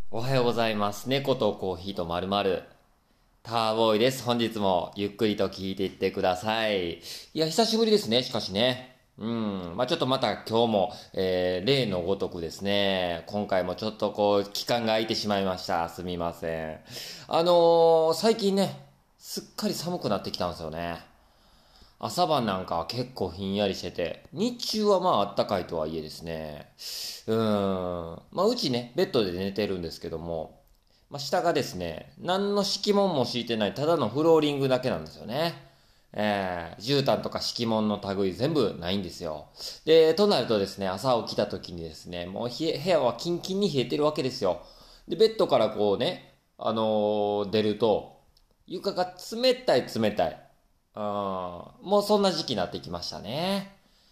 おはようございます。猫とコーヒーとまるまる。ターボーイです。本日もゆっくりと聞いていってください。いや、久しぶりですね、しかしね。ちょっとまた今日も、例のごとくですね、今回もちょっと期間が空いてしまいました。すみません。最近ね、すっかり寒くなってきたんですよね。朝晩なんかは結構ひんやりしてて、日中はまああったかいとはいえですね。うちね、ベッドで寝てるんですけども、下がですね、何の敷物も敷いてない、ただのフローリングだけなんですよね。絨毯とか敷物の類全部ないんですよ。で、となるとですね、朝起きた時にですね、もう部屋はキンキンに冷えてるわけですよ。で、ベッドからこうね、出ると、床が冷たい冷たい。もうそんな時期になってきましたね。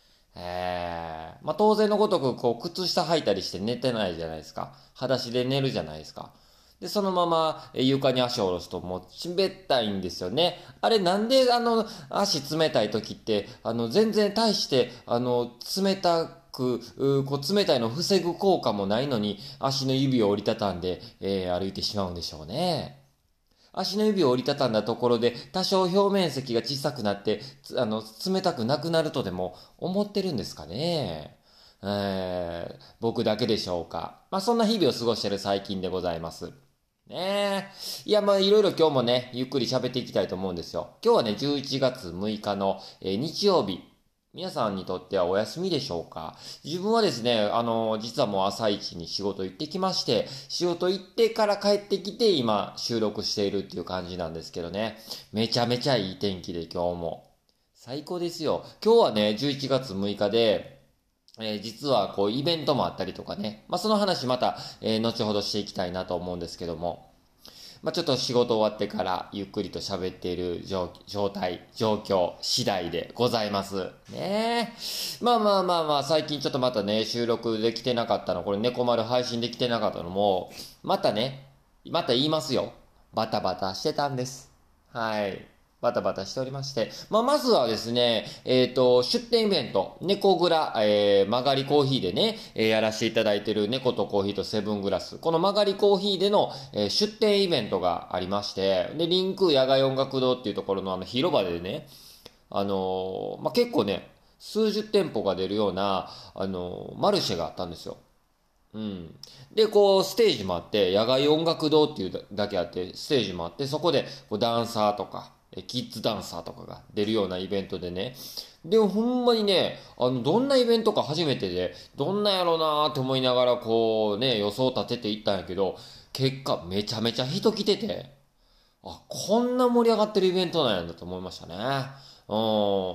当然のごとく、靴下履いたりして寝てないじゃないですか。裸足で寝るじゃないですか。で、そのまま床に足を下ろすともう冷たいんですよね。あれなんで足冷たい時って、全然大して、冷たく、冷たいのを防ぐ効果もないのに、足の指を折りたたんで、歩いてしまうんでしょうね。足の指を折りたたんだところで、多少表面積が小さくなって、冷たくなくなるとでも思ってるんですかね。僕だけでしょうか。そんな日々を過ごしている最近でございます。ねえ。いや、いろいろ今日もね、ゆっくり喋っていきたいと思うんですよ。今日はね、11月6日の、日曜日。皆さんにとってはお休みでしょうか？自分はですね、実はもう朝一に仕事行ってきまして、仕事行ってから帰ってきて今収録しているっていう感じなんですけどね。めちゃめちゃいい天気で今日も。最高ですよ。今日はね、11月6日で、実はイベントもあったりとかね。その話また、後ほどしていきたいなと思うんですけども。ちょっと仕事終わってからゆっくりと喋っている状況次第でございます。ね最近ちょっとまたね、収録できてなかったの、これ猫丸配信できてなかったのも、また言いますよ。バタバタしてたんです。はい。バタバタしておりまして。まずはですね、出店イベント、猫蔵、曲がりコーヒーでね、やらせていただいている猫とコーヒーとセブングラス。この曲がりコーヒーでの、出店イベントがありまして、で、リンク野外音楽堂っていうところの広場でね、結構ね、数十店舗が出るような、マルシェがあったんですよ。うん。で、ステージもあって、野外音楽堂っていうだけあって、ステージもあって、そこで、ダンサーとか、キッズダンサーとかが出るようなイベントでね。でもほんまにね、どんなイベントか初めてで、どんなやろうなーって思いながら、予想立てていったんやけど、結果めちゃめちゃ人来てて、こんな盛り上がってるイベントなんやんだと思いましたね。うん。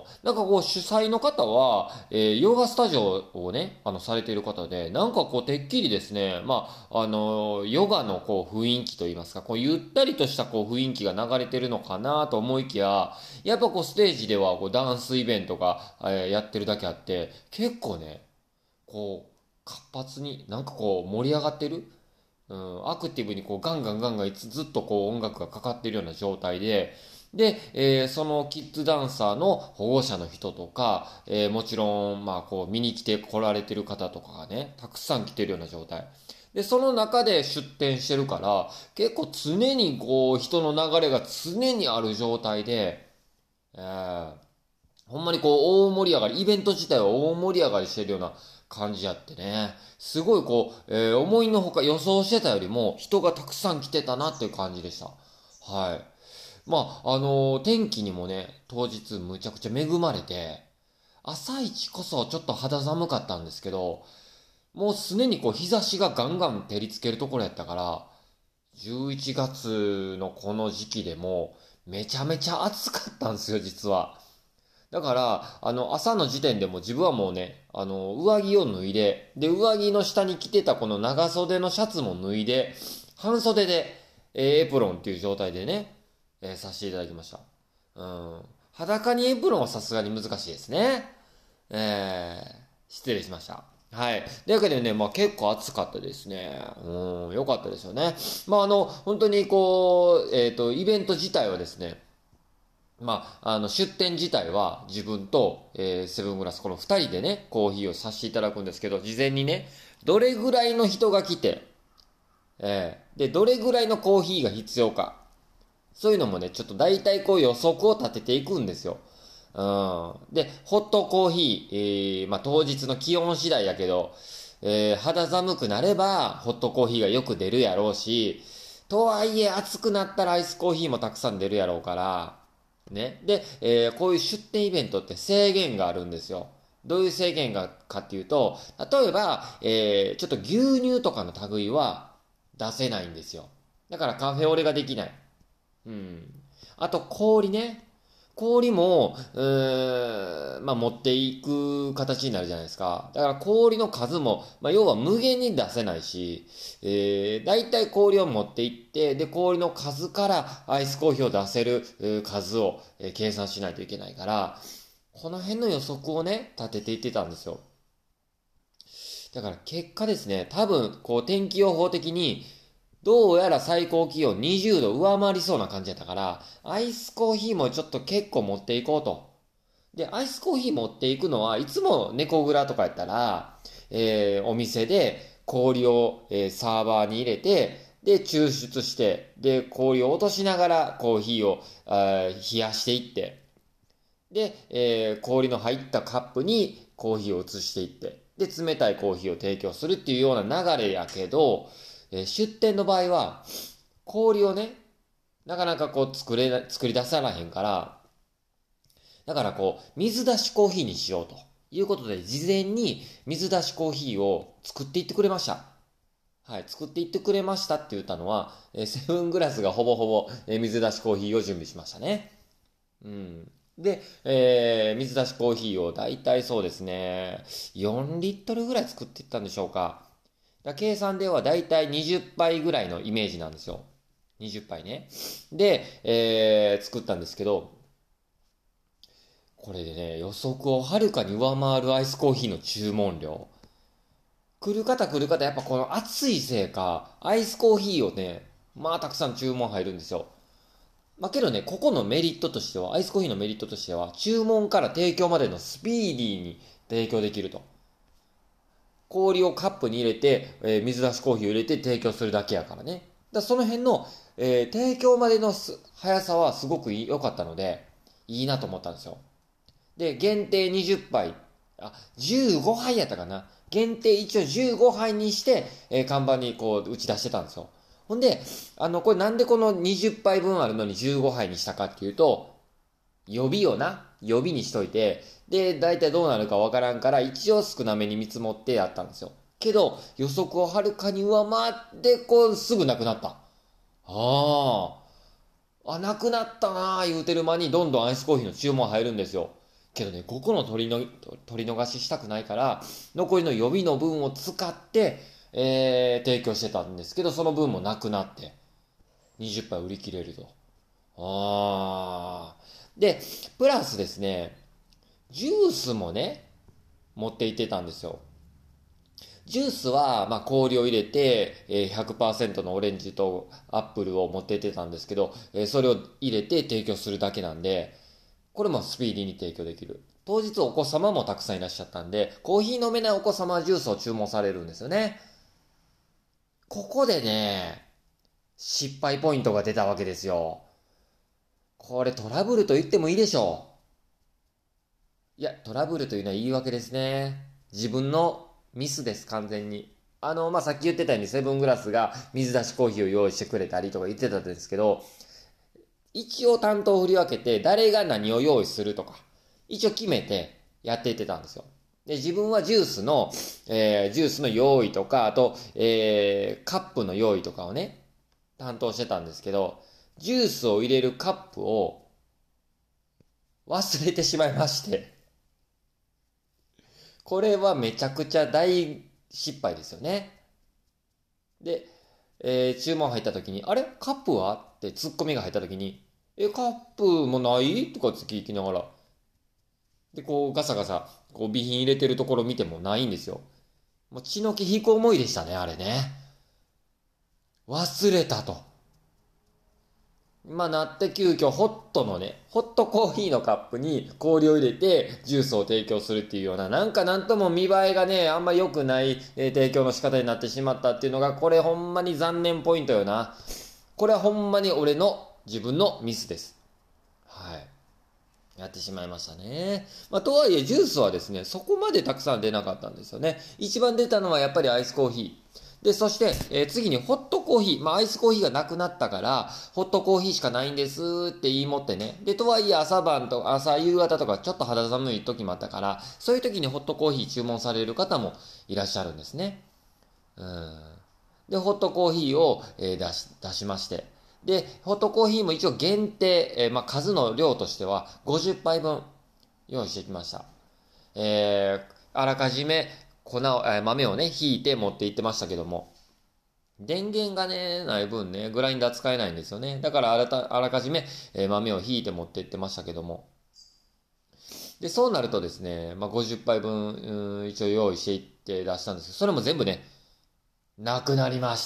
主催の方は、ヨガスタジオをね、されている方で、てっきりですね、ヨガの雰囲気といいますか、ゆったりとした雰囲気が流れてるのかなと思いきや、やっぱステージではダンスイベントが、やってるだけあって、結構ね、活発に、盛り上がってるアクティブにガンガンガンガンずっと音楽がかかってるような状態で、で、そのキッズダンサーの保護者の人とか、もちろん、見に来て来られてる方とかがね、たくさん来てるような状態。で、その中で出店してるから、結構常に人の流れが常にある状態で、えーほんまに大盛り上がり、イベント自体は大盛り上がりしてるような感じやってね。すごい思いのほか予想してたよりも人がたくさん来てたなっていう感じでした。はい。天気にもね、当日むちゃくちゃ恵まれて、朝一こそちょっと肌寒かったんですけど、もうすでに日差しがガンガン照りつけるところやったから、11月のこの時期でもめちゃめちゃ暑かったんですよ、実は。だから、朝の時点でも自分はもうね、上着を脱いで、で、上着の下に着てたこの長袖のシャツも脱いで、半袖で、エプロンっていう状態でね、させていただきました。うん。裸にエプロンはさすがに難しいですね。失礼しました。はい。というわけでね、結構暑かったですね。よかったですよね。本当にイベント自体はですね、出店自体は自分と、セブングラス、この二人でね、コーヒーをさせていただくんですけど、事前にね、どれぐらいの人が来て、 で、どれぐらいのコーヒーが必要か。そういうのもね、ちょっと大体こう予測を立てていくんですよ。で、ホットコーヒー、まあ、当日の気温次第やけど、肌寒くなれば、ホットコーヒーがよく出るやろうし、とはいえ暑くなったらアイスコーヒーもたくさん出るやろうから、ね。で、こういう出店イベントって制限があるんですよ。どういう制限がかっていうと、例えば、ちょっと牛乳とかの類は出せないんですよ。だからカフェオレができない。うん。あと氷ね。氷も、まあ、持っていく形になるじゃないですか。だから氷の数も、まあ、要は無限に出せないし、大体氷を持っていって、で、氷の数からアイスコーヒーを出せる数を、計算しないといけないから、この辺の予測をね、立てていってたんですよ。だから結果ですね、多分、こう天気予報的に、どうやら最高気温20度上回りそうな感じやったから、アイスコーヒーもちょっと結構持っていこうと。で、アイスコーヒー持っていくのはいつも猫蔵とかやったら、お店で氷を、サーバーに入れて、で、抽出して、で、氷を落としながらコーヒーを冷やしていって、で、氷の入ったカップにコーヒーを移していって、で、冷たいコーヒーを提供するっていうような流れやけど、出店の場合は、氷をね、なかなかこう作り出さらへんから、だからこう、水出しコーヒーにしようということで、事前に水出しコーヒーを作っていってくれました。はい、作っていってくれましたって言ったのは、セブングラスがほぼほぼ、水出しコーヒーを準備しましたね。うん。で、水出しコーヒーをだいたいそうですね、4リットルぐらい作っていったんでしょうか。計算ではだいたい20杯ぐらいのイメージなんですよ。20杯ね。で、作ったんですけど、これでね、予測をはるかに上回るアイスコーヒーの注文量。来る方、やっぱこの暑いせいか、アイスコーヒーをね、まあたくさん注文入るんですよ。まあけどね、ここのメリットとしては、アイスコーヒーのメリットとしては、注文から提供までのスピーディーに提供できると。氷をカップに入れて、水出しコーヒーを入れて提供するだけやからね。その辺の、提供までの速さはすごく良かったので、いいなと思ったんですよ。で、限定20杯、15杯やったかな。限定一応15杯にして、看板にこう打ち出してたんですよ。ほんで、これなんでこの20杯分あるのに15杯にしたかっていうと、予備にしといて、で、大体どうなるかわからんから、一応少なめに見積もってやったんですよ。けど、予測をはるかに上回って、こう、すぐなくなった。なくなったな言うてる間に、どんどんアイスコーヒーの注文入るんですよ。けどね、ここの取り逃ししたくないから、残りの予備の分を使って、提供してたんですけど、その分もなくなって、20杯売り切れると。で、プラスですね、ジュースもね、持って行ってたんですよ。ジュースは、まあ、氷を入れて、100%のオレンジとアップルを持って行ってたんですけど、それを入れて提供するだけなんで、これもスピーディーに提供できる。当日お子様もたくさんいらっしゃったんで、コーヒー飲めないお子様はジュースを注文されるんですよね。ここでね、失敗ポイントが出たわけですよ。これトラブルと言ってもいいでしょう。いや、トラブルというのは言い訳ですね。自分のミスです、完全に。まあ、さっき言ってたようにセブングラスが水出しコーヒーを用意してくれたりとか言ってたんですけど、一応担当を振り分けて誰が何を用意するとか、一応決めてやっていってたんですよ。で、自分はジュースの、ジュースの用意とか、あと、カップの用意とかをね、担当してたんですけど、ジュースを入れるカップを忘れてしまいまして。これはめちゃくちゃ大失敗ですよね。で、注文入った時に、あれカップはってツッコミが入った時に、カップもないとかって聞きながら、で、こうガサガサ、こう備品入れてるところ見てもないんですよ。もう血の気引く思いでしたね、あれね。忘れたと。 まあなって急遽ホットコーヒーのカップに氷を入れてジュースを提供するっていうような、なんとも見栄えがね、あんま良くない、提供の仕方になってしまったっていうのが、これほんまに残念ポイントよな。これはほんまに自分のミスです。はい。やってしまいましたね。まあ、とはいえ、ジュースはですね、そこまでたくさん出なかったんですよね。一番出たのはやっぱりアイスコーヒー。で、そして、次にホットコーヒー。まあ、アイスコーヒーがなくなったから、ホットコーヒーしかないんですって言いもってね。で、とはいえ朝夕方とかちょっと肌寒い時もあったから、そういう時にホットコーヒー注文される方もいらっしゃるんですね。で、ホットコーヒーを、出しまして。で、ホットコーヒーも一応限定、まあ、数の量としては50杯分用意してきました。あらかじめ豆をね、ひいて持って行ってましたけども、電源がね、ない分ね、グラインダー使えないんですよね。だからあらかじめ、豆をひいて持って行ってましたけども。で、そうなるとですね、まあ、50杯分、一応用意していって出したんですけど、それも全部ね、なくなりました。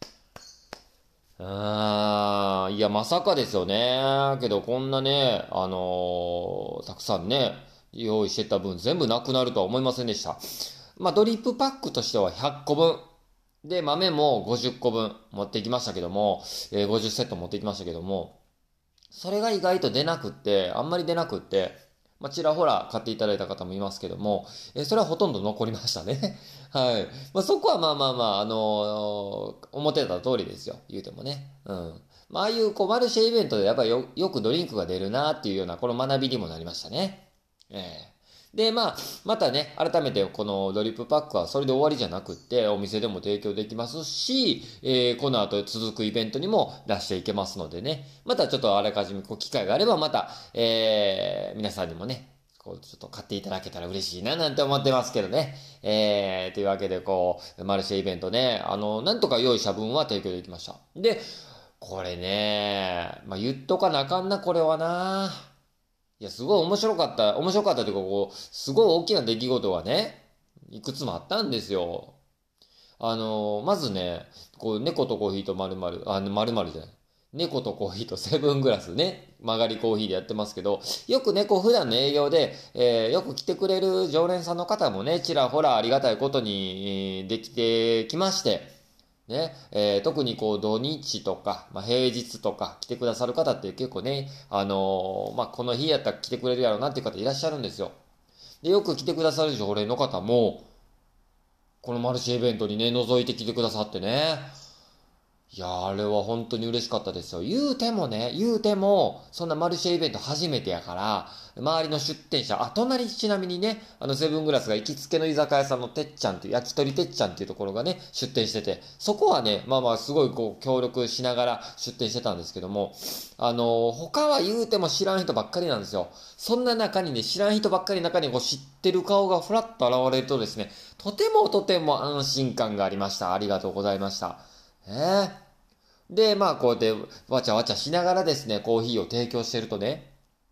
いや、まさかですよね。けど、こんなね、たくさんね、用意してた分全部なくなるとは思いませんでした。まあ、ドリップパックとしては100個分。で、豆も50個分持ってきましたけども、50セット持ってきましたけども、それが意外とあんまり出なくって、まあ、ちらほら買っていただいた方もいますけども、それはほとんど残りましたね。はい。まあ、そこはまあまあまあ、思ってた通りですよ。言うてもね。うん。まあ、ああいうマルシェイベントでやっぱりよくドリンクが出るなっていうような、この学びにもなりましたね。で、まあ、またね、改めてこのドリップパックはそれで終わりじゃなくって、お店でも提供できますし、この後続くイベントにも出していけますのでね、またちょっとあらかじめ機会があればまた、皆さんにもね、ちょっと買っていただけたら嬉しいななんて思ってますけどね。というわけでマルシェイベントね、なんとか用意した分は提供できました。で、これね、まあ、言っとかなあかんな、これはな。いや、すごい面白かったというか、すごい大きな出来事がね、いくつもあったんですよ。まずね、猫とコーヒーと〇〇じゃない。猫とコーヒーとセブングラスね、曲がりコーヒーでやってますけど、よくね、普段の営業で、よく来てくれる常連さんの方もね、ちらほらありがたいことに、できてきまして、ね、特に土日とか、まあ、平日とか来てくださる方って結構ね、まあ、この日やったら来てくれるやろうなっていう方いらっしゃるんですよ。で、よく来てくださる常連の方も、このマルシェイベントにね、覗いてきてくださってね、いやあれは本当に嬉しかったですよ。言うても、そんなマルシェイベント初めてやから、周りの出店者、隣ちなみにね、セブングラスが行きつけの居酒屋さんのてっちゃんっていう、焼き鳥てっちゃんっていうところがね、出店してて、そこはね、まあまあすごい協力しながら出店してたんですけども、他は言うても知らん人ばっかりなんですよ。そんな中にね、知らん人ばっかりの中に知ってる顔がふらっと現れるとですね、とても安心感がありました。ありがとうございました。で、まあ、こうやってわちゃわちゃしながらですね、コーヒーを提供してるとね、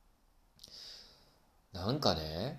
なんかね、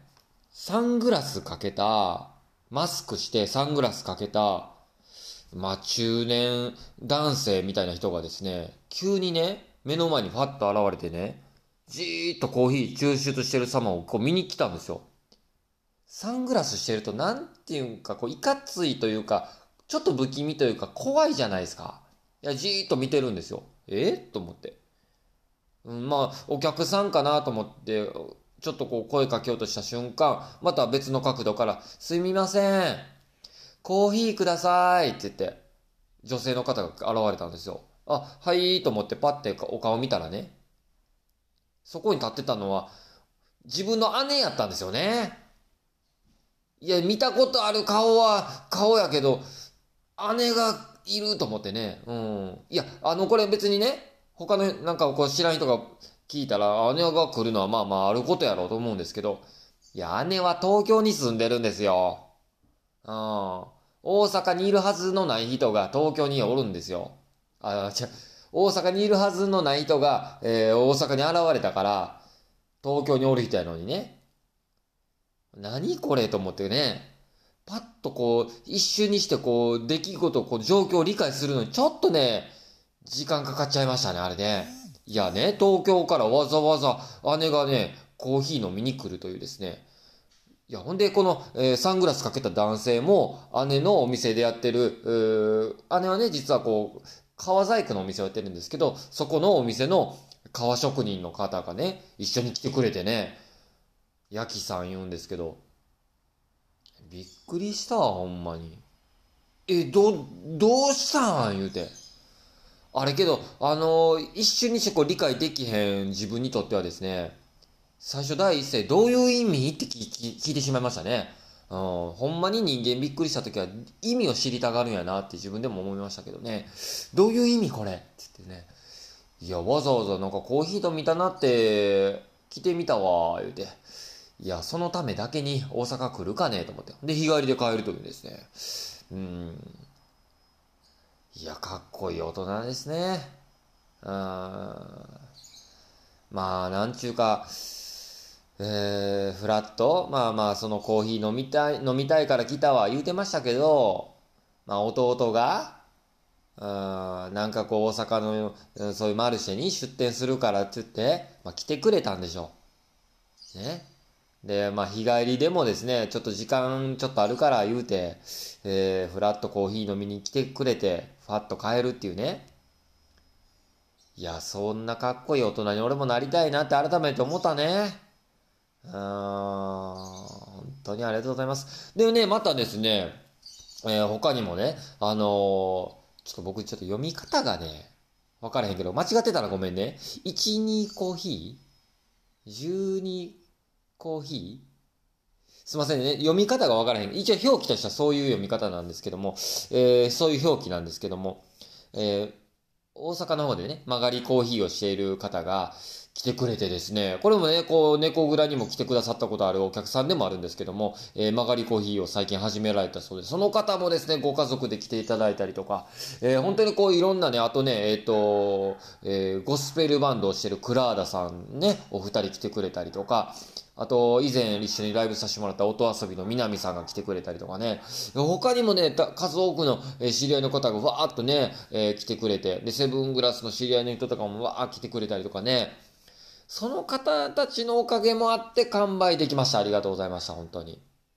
マスクしてサングラスかけた、まあ、中年男性みたいな人がですね、急にね、目の前にファッと現れてね、じーっとコーヒー抽出してる様を見に来たんですよ。サングラスしてると、なんていうか、いかついというか、ちょっと不気味というか、怖いじゃないですか。いや、じーっと見てるんですよ。と思って。まあ、お客さんかなと思って、ちょっと声かけようとした瞬間、また別の角度から、すみません。コーヒーくださいって言って、女性の方が現れたんですよ。はいと思ってパッてお顔見たらね、そこに立ってたのは、自分の姉やったんですよね。いや、見たことある顔やけど、姉がいると思ってね。うん。いや、これ別にね、他の知らん人が聞いたら、姉が来るのはまあまああることやろうと思うんですけど、いや、姉は東京に住んでるんですよ。うん。大阪にいるはずのない人が東京におるんですよ。大阪にいるはずのない人が、大阪に現れたから、東京におる人やのにね。何これと思ってね。パッと一瞬にして出来事、状況を理解するのにちょっとね、時間かかっちゃいましたね、あれね。 いやね、東京からわざわざ姉がね、コーヒー飲みに来るというですね。いや、ほんで、この、サングラスかけた男性も、姉のお店でやってる、姉はね、実はこう、革細工のお店をやってるんですけど、そこのお店の革職人の方がね、一緒に来てくれてね、ヤキさん言うんですけど、びっくりしたわ、ほんまに。どうしたん言うて。あれけど、一瞬にしてこう理解できへん自分にとってはですね、最初第一声どういう意味って聞いてしまいましたね。ほんまに人間びっくりした時は意味を知りたがるんやなって自分でも思いましたけどね。どういう意味これって言ってね。いや、わざわざなんかコーヒーと見たなって来てみたわ、言うて。いや、そのためだけに大阪来るかねと思って。で、日帰りで帰るというですね。いや、かっこいい大人ですね。まあ、なんちゅうか、フラットそのコーヒー飲みたいから来たわ言うてましたけど、まあ、弟が、なんかこう、大阪の、そういうマルシェに出店するからって言って、まあ、来てくれたんでしょう。ね。で、まあ、日帰りでもですね、ちょっと時間ちょっとあるから言うて、フラットコーヒー飲みに来てくれて、ファッと帰るっていうね。いや、そんなかっこいい大人に俺もなりたいなって改めて思ったね。本当にありがとうございます。でね、またですね、他にもね、ちょっと僕ちょっと読み方がね、わからへんけど、間違ってたらごめんね。12コーヒー ?12 コーヒーすいませんね。読み方がわからへん。一応表記としてはそういう読み方なんですけども、そういう表記なんですけども、大阪の方でね、曲がりコーヒーをしている方が来てくれてですね、これもね、こう、猫蔵にも来てくださったことあるお客さんでもあるんですけども、曲がりコーヒーを最近始められたそうです。その方もですね、ご家族で来ていただいたりとか、本当にこういろんなね、あとね、ゴスペルバンドをしてるクラーダさんね、お二人来てくれたりとか、あと、以前一緒にライブさせてもらった音遊びの南さんが来てくれたりとかね。他にもね、数多くの知り合いの方がわーっとね、来てくれて、で、セブングラスの知り合いの人とかもわー来てくれたりとかね。その方たちのおかげもあって完売できました。ありがとうございました、本当に。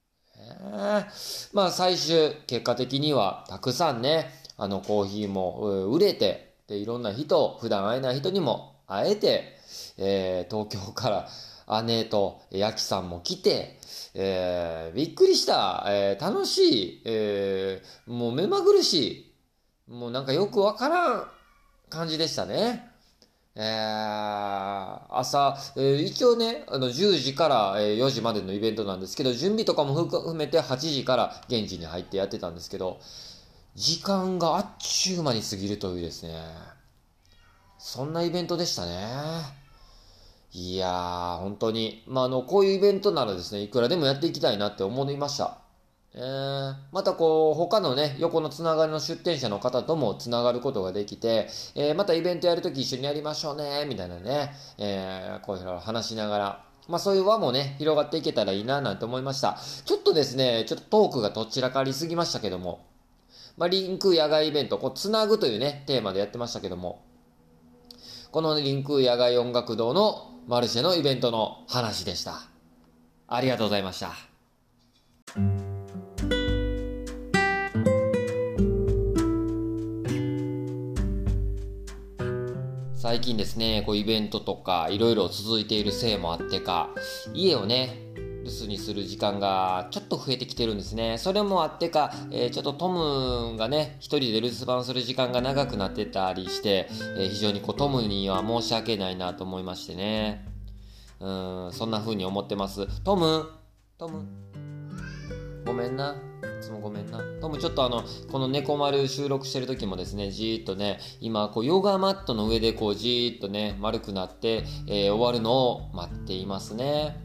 まあ、最終、結果的には、たくさんね、コーヒーも売れて、で、いろんな人、普段会えない人にも会えて、東京から姉とヤキさんも来て、びっくりした、楽しい、もう目まぐるしい、もうなんかよくわからん感じでしたね。朝、一応ね、10時から、4時までのイベントなんですけど、準備とかも含めて8時から現地に入ってやってたんですけど、時間があっちゅう間に過ぎるというですね、そんなイベントでしたね。いやー、本当に。こういうイベントならですね、いくらでもやっていきたいなって思いました。またこう、他のね、横のつながりの出店者の方ともつながることができて、またイベントやるとき一緒にやりましょうね、みたいなね、こういうのを話しながら、そういう輪もね、広がっていけたらいいな、なんて思いました。ちょっとですね、ちょっとトークがどちらかりすぎましたけども、リンク野外イベント、こう、つなぐというね、テーマでやってましたけども、このリンク野外音楽堂のマルシェのイベントの話でした。ありがとうございました。最近ですね、こうイベントとかいろいろ続いているせいもあってか、家をね、留守にする時間がちょっと増えてきてるんですね。それもあってか、ちょっとトムがね、一人で留守番する時間が長くなってたりして、非常にこうトムには申し訳ないなと思いましてね。そんな風に思ってます。トム、ごめんな。いつもごめんな。トムちょっとこの猫丸収録してる時もですね、じーっとね、今こうヨガマットの上でこうじーっとね、丸くなって、終わるのを待っていますね。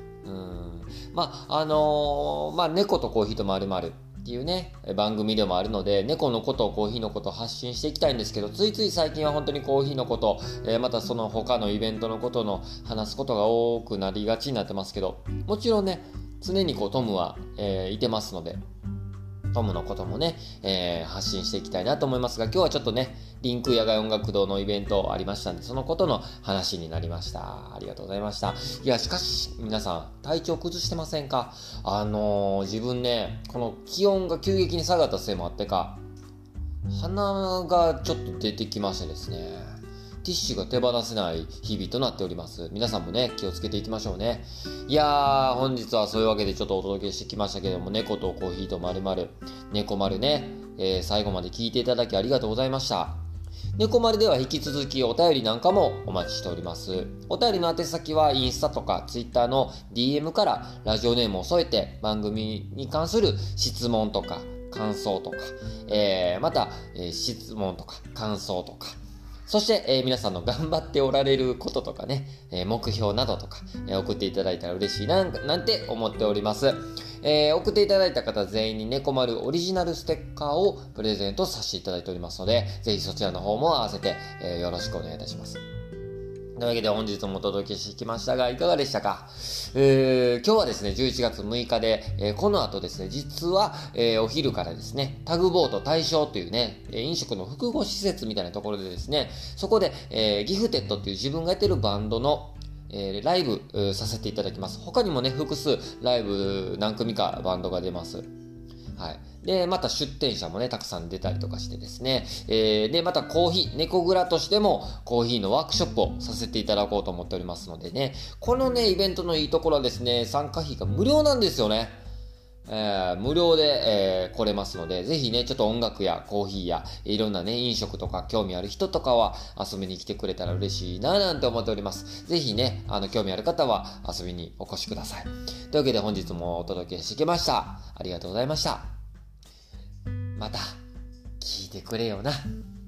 猫とコーヒーと〇〇っていうね、番組でもあるので、猫のことをコーヒーのことを発信していきたいんですけど、ついつい最近は本当にコーヒーのこと、またその他のイベントのことの話すことが多くなりがちになってますけど、もちろんね、常にこうトムは、いてますので、トムのこともね、発信していきたいなと思いますが、今日はちょっとね、 リンク野外音楽堂のイベントありましたんで、そのことの話になりました。ありがとうございました。いや、しかし、皆さん、体調崩してませんか？自分ね、この気温が急激に下がったせいもあってか、鼻がちょっと出てきましてですね、ティッシュが手放せない日々となっております。皆さんもね、気をつけていきましょうね。いやー、本日はそういうわけでちょっとお届けしてきましたけども、猫とコーヒーとまるまる、猫丸ね、最後まで聞いていただきありがとうございました。猫丸では引き続きお便りなんかもお待ちしております。お便りの宛先はインスタとかツイッターの DM からラジオネームを添えて番組に関する質問とか感想とか、また、質問とか感想とか、そして、皆さんの頑張っておられることとかね、目標などとか、送っていただいたら嬉しいな、なんて思っております。送っていただいた方全員に猫丸オリジナルステッカーをプレゼントさせていただいておりますので、ぜひそちらの方も合わせて、よろしくお願いいたします。というわけで本日もお届けしてきましたが、いかがでしたか？今日はですね、11月6日で、この後ですね、実は、お昼からですね、タグボート大正というね、飲食の複合施設みたいなところでですね、そこで、ギフテッドっていう自分がやってるバンドのライブさせていただきます。他にもね、複数ライブ何組かバンドが出ます。はい。で、また出店者もね、たくさん出たりとかしてですね。で、またコーヒー、猫蔵としてもコーヒーのワークショップをさせていただこうと思っておりますのでね。このね、イベントのいいところはですね、参加費が無料なんですよね。無料で、来れますので、ぜひね、ちょっと音楽やコーヒーやいろんなね、飲食とか興味ある人とかは遊びに来てくれたら嬉しいななんて思っております。ぜひね、興味ある方は遊びにお越しください。というわけで本日もお届けしてきました。ありがとうございました。また聞いてくれよな。